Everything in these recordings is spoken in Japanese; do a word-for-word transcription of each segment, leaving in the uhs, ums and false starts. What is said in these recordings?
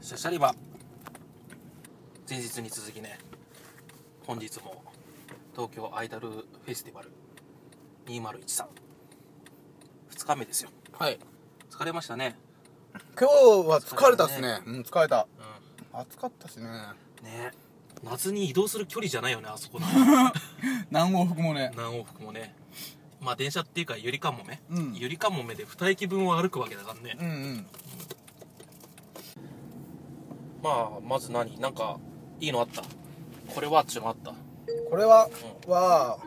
シャシャリバ前日に続きね、本日も東京アイドルフェスティバルにせんじゅうさんふつかめですよ。 はい。 疲れましたね。 今日は疲れたっすね。うん、疲れた。うん、暑かったしね。 ね、夏に移動する距離じゃないよね、あそこだ。 何往復もね。 何往復もね。まあ電車っていうかゆりかもめ、 うん、 ゆりかもめでに駅分を歩くわけだからね。 うんうん。 まあまず何なんかいいのあった？これはっていうのあった？ これは、うん、は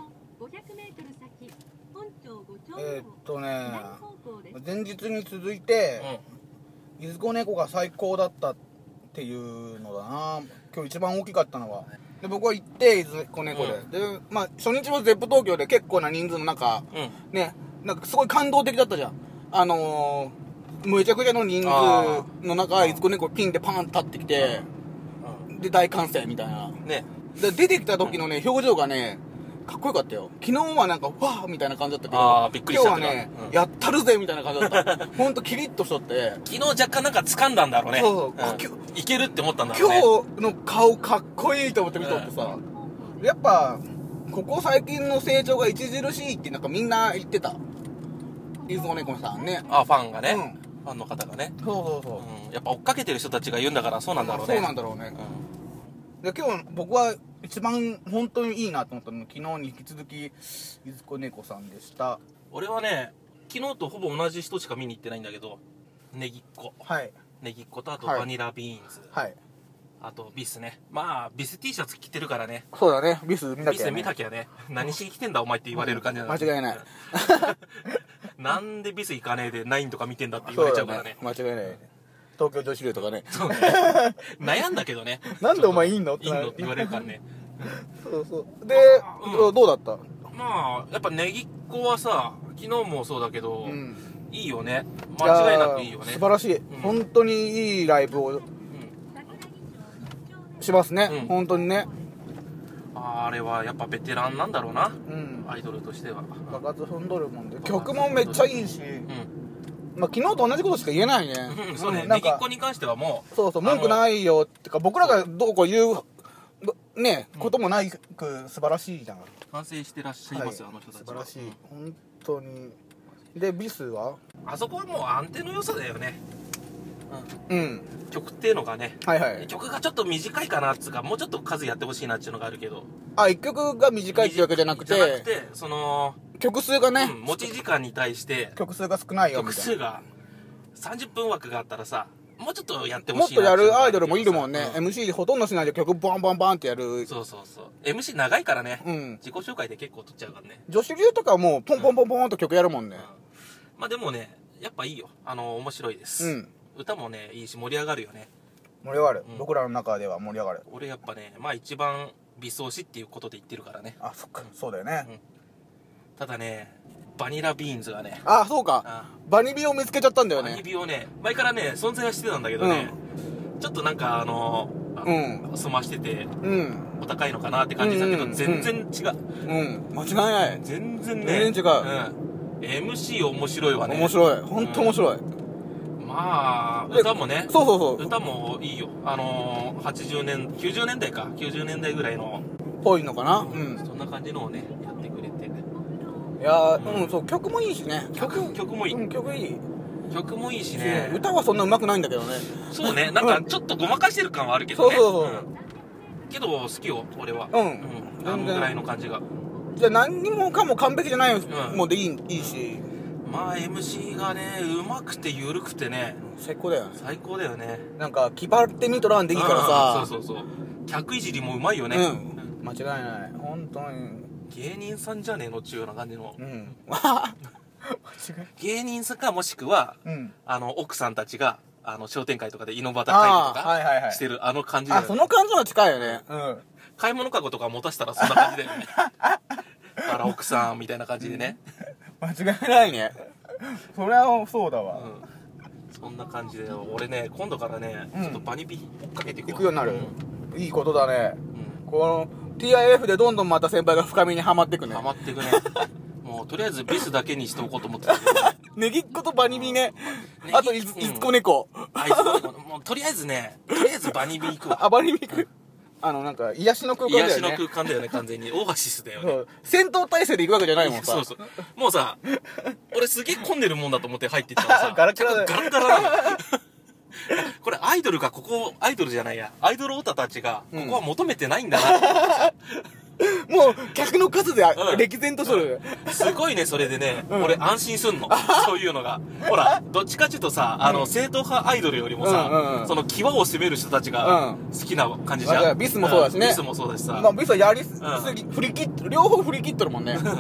えー、っとね前日に続いて、うん、いずこ猫が最高だったっていうのだな。今日一番大きかったのはで、僕は行っていずこ猫で、うん、でまあ初日もゼップ東京で結構な人数の中、うん、ね、なんかすごい感動的だったじゃん。あのー、めちゃくちゃの人数の中いずこ猫ピンでパーンと立ってきて、うん、で大歓声みたいなね。で出てきた時のね、表情がねかっこよかったよ。昨日はなんかわーみたいな感じだったけど、 あびっくりした。 今日はね、うん、やったるぜみたいな感じだった。ほんとキリッとしとって。 昨日若干なんか掴んだんだろうね。そうそう、うん、いけるって思ったんだろうね。 今日の顔かっこいいと思って見とってさ、うん、やっぱここ最近の成長が著しいってなんかみんな言ってた。いずこ猫さんね。 あ、ファンがね、うん、ファンの方がね。 そうそうそう、 うん、やっぱ追っかけてる人たちが言うんだからそうなんだろうね。 そうなんだろうね、うん、で今日僕は一番本当にいいなと思ったのは昨日に引き続きいずこ猫さんでした。 俺はね昨日とほぼ同じ人しか見に行ってないんだけど、ネギっ子、 はい、 ネギっ子とあとバニラビーンズ、 はい、 あとビスね。まあビス T シャツ着てるからね。 そうだね、ビス見なきゃね。 ビス見なきゃね。何しに来てんだお前って言われる感じなんだ、 間違いない。 なんでビス行かねえでナインとか見てんだって言われちゃうからね。 間違いない。東京女子寮とかね。 そうね。悩んだけどね。 なんでお前いいのっていいのって言われるからね。 そうそうで、うん、どうだった？ まあやっぱネギっ子はさ、昨日もそうだけど、うん、いいよね。間違いなくいいよね。 素晴らしい、うん、本当にいいライブを、うん、しますね、うん、本当にね。 あれはやっぱベテランなんだろうな、うん、アイドルとしては爆発踏んどるもんで、曲もめっちゃいいし、うん、まあ、昨日と同じことしか言えないね。 うん、そうね。ネギっ子に関してはもうそうそう、文句ないよってか、僕らがどうこう言うね、うん、こともないく素晴らしいじゃん。 完成してらっしゃいますよ、はい、あの人たちは。 素晴らしい、本当に。でビスはあそこはもう安定の良さだよね。 うん、うん、 曲っていうのがね、 はいはい、 曲がちょっと短いかなっつうか、もうちょっと数やってほしいなっていうのがあるけど。 あ、一曲が短いってわけじゃなくて、 じゃなくてその曲数がね、 うん、持ち時間に対して曲数が少ないよみたいな。 曲数がさんじゅっぷん枠があったらさ、もうちょっとやってほしいな。 もっとやるアイドルもいるもんね、うん、エムシー ほとんどしないで曲バンバンバンってやる。 そうそうそう、 エムシー 長いからね、うん、自己紹介で結構取っちゃうからね。 女子流とかもうポンポンポンポンと曲やるもんね、うんうん、 まあでもねやっぱいいよ、あの面白いです、うん、歌もねいいし盛り上がるよね。 盛り上がる、うん、僕らの中では盛り上がる。 俺やっぱね、まあ一番美装師っていうことで言ってるからね。 あ、そっか、そうだよね、うん、 ただねバニラビーンズがね、 あ、そうか、あバニビを見つけちゃったんだよね。 バニビをね前からね存在はしてたんだけどね、うん、ちょっとなんかあのうん、済ましてて、うん、お高いのかなって感じだけど、うんうん、全然違う、 うん、間違いない、 全然ね、 全然違う、 うん、エムシー 面白いわね。 面白い、ほんと面白い、うん、 まあ歌もね、 そうそうそう、 歌もいいよ。あのー、はちじゅうねんきゅうじゅうねんだいかきゅうじゅうねんだいぐらいのぽいのかな、 うん、そんな感じのをねやってくれて、 いやー、うん、そう、曲もいいしね。 曲曲もいい、 うん、曲いい、 曲もいいしね。 歌はそんな上手くないんだけどね。 そうね、なんかちょっとごまかしてる感はあるけどね。 そうそうそう、うん、 けど好きよ俺は。 うん、うん、 あのぐらいの感じが。 じゃあ何にもかも完璧じゃないもんでいい、うん、いいし、 まあ エムシー がね上手くて緩くてね最高だよね。 最高だよね。 なんか気張ってみとらんでいいからさ、 そうそうそう、客いじりもうまいよね、 うん、間違いない、本当に芸人さんじゃねえのっちゅうような感じの、うん、芸人さんかもしくは、うん、あの奥さんたちがあの商店会とかで井の端会議とか、はいはいはい、してるあの感じだよね。 あ、その感じは近いよね、うん、 買い物かごとか持たせたらそんな感じだよね。あら奥さんみたいな感じでね、 うん、間違いないね。それはそうだわ、うん、 そんな感じで俺ね今度からね、うん、ちょっとバニビ追っかけていくわ。 行くようになる、うん、いいことだね、うん、この ティーアイエフ でどんどんまた先輩が深みにはまっていくね。 はまっていくね。 もうとりあえずビスだけにしておこうと思ってたけどネギっ子とバニビね、 うん、 あといつ、いつこ猫、 あいつこ猫もうとりあえずねとりあえずバニビ行くわあバニビ行く、うん、あのなんか癒しの空間だよね。 癒しの空間だよね完全にオアシスだよね。 戦闘態勢で行くわけじゃないもんさ。 そうそうもうさ俺すげえ混んでるもんだと思って入っていったらさガラガラだよガラガラなのこれアイドルがここアイドルじゃないやアイドルオタたちがここは求めてないんだな、 うん、もう客の数で歴然とする、 うん、すごいねそれでね、うん、俺安心すんのそういうのがほらどっちかっていうとさあの、うん、正統派アイドルよりもさ、うんうんうん、その際を攻める人たちが好きな感じじゃん、うん、 ビスもそうだしね、 ビスもそうだしさ、 まあ、ビスはやりすぎ、うん、振り切っ両方振り切っとるもんねうん、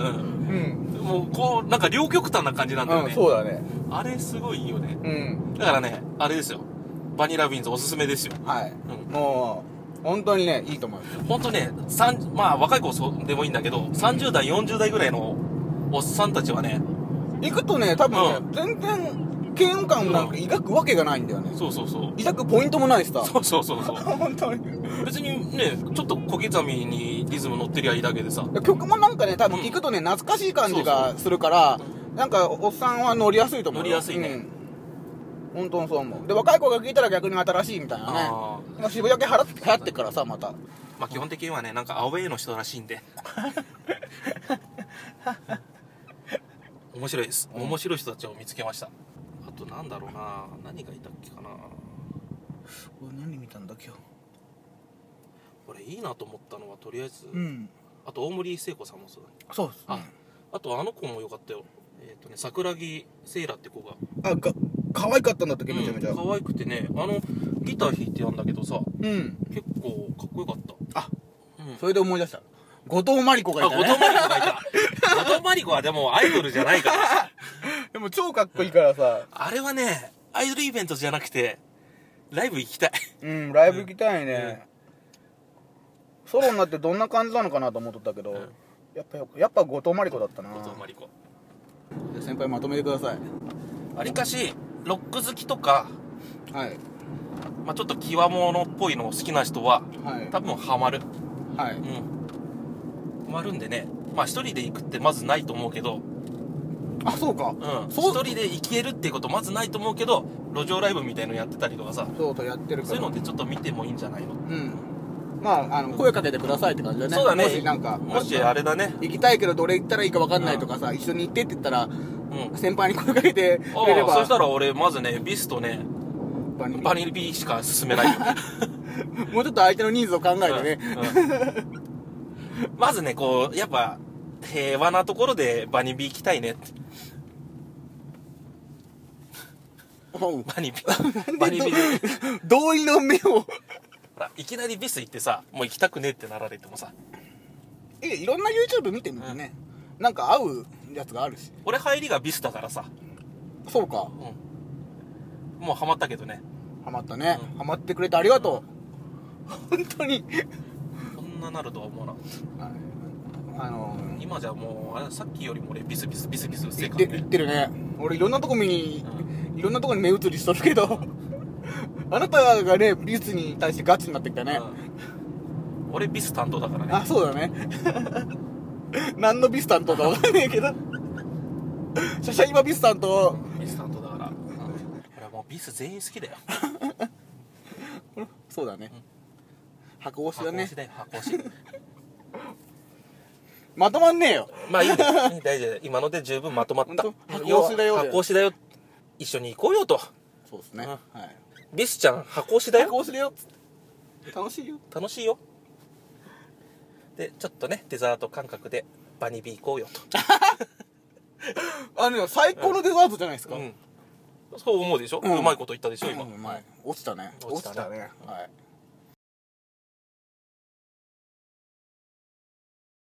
もうこうなんか両極端な感じなんだよね、 うん、そうだねあれすごいいいよね、 うん、 だからねあれですよバニラビーンズおすすめですよ。 はい、うん、もう本当にねいいと思います。 本当ねまあ若い子でもいいんだけどさんじゅう代よんじゅう代ぐらいのおっさんたちはね行くとね多分ね、うん、全然嫌悪感なんか抱くわけがないんだよね、 うん、そうそうそう抱くポイントもないしさそうそうそうそう本当に別にねちょっと小刻みにリズム乗ってりゃいいだけでさ曲もなんかね多分聞くとね、うん、懐かしい感じがするからそうそう、なんかおっさんは乗りやすいと思う。 乗りやすいね、うん本当にそう思う。で若い子が聞いたら逆に新しいみたいなね。今渋谷系流行ってっからさまた。 まあ基本的にはねなんかアウェイの人らしいんで面白いです、うん、面白い人たちを見つけました。あとなんだろうな何がいたっけかな。 俺何見たんだ今日。 俺いいなと思ったのはとりあえず、 うん、 あと大森聖子さんもそうだね。 そうですね。 ああとあの子も良かったよ。えっ、ー、とね桜木セイラって子があが可愛かったんだったっけ、めちゃめちゃ、 うん、可愛くてねあのギター弾いてやんだけどさ、 うん、 結構かっこよかった。 あ、うん、それで思い出した後藤真理子がいたね。 あ後藤真理子がいた後藤真理子はでもアイドルじゃないからでも超かっこいいからさ、 うん、あれはねアイドルイベントじゃなくてライブ行きたい。 うんライブ行きたいね、うん、ソロになってどんな感じなのかなと思っとったけど、うん、やっぱやっぱ後藤真理子だったな。 後藤真理子先輩まとめてください。 わりかしロック好きとか、 はいまあ、ちょっと際物っぽいの好きな人は、はい、多分ハマる。 はい、 うん、ハマるんでね。まあ一人で行くってまずないと思うけど。 あそうか、 うん、一人で行けるっていうことまずないと思うけど路上ライブみたいのやってたりとかさ、 そうとやってるからそういうのってちょっと見てもいいんじゃないの。 うんまあ、あの声かけてくださいって感じだね。 そうだね。 もしなんかもしあれだね行きたいけどどれ行ったらいいか分かんないとかさ、うん、一緒に行ってって言ったら、うん、先輩に声かけてくれれば。 そしたら俺まずねビスとねバニバニビしか勧めないよもうちょっと相手のニーズを考えてね、うんうん、 まずねこうやっぱ平和なところでバニビ行きたいねってバニビバニビで同意の目をほらいきなりビス行ってさもう行きたくねえってなられてもさいいろんな YouTube 見てみてね、うん、なんか合うやつがあるし。 俺入りがビスだからさ。 そうか、 うん、もうハマったけどね。 ハマったね、うん、ハマってくれてありがとう、うん、本当にこんななるとは思わなかった。 あのー、 今じゃもうあれさっきよりも俺ビスビスビスビスしてるね。言ってるね。俺いろんなとこ見に、うん、いろんなとこに目移りしとるけどあなたがねビスに対してガチになってきたね、 うん、俺ビス担当だからね。 あそうだね何のビス担当か分かんねえけどシャシャ今ビス担当ビス担当だから、うん、俺もうビス全員好きだよそうだね、うん、箱推しだね。 箱推しだよ箱推しまとまんねえよ。 まあいいんだよ大丈夫。今ので十分まとまった。 箱推しだよ。 箱推しだよ。一緒に行こうよと。 そうですね、うん、はい。 ビスちゃん箱推しだよ。 箱推しだよ。楽しいよ楽しいよ。でちょっとねデザート感覚でバニビ行こうよとあの最高のデザートじゃないですか、うん、 そう思うでしょ、うん、うまいこと言ったでしょ今、 うん、うまい。落ちたね落ちたね、 落ちたね、はい。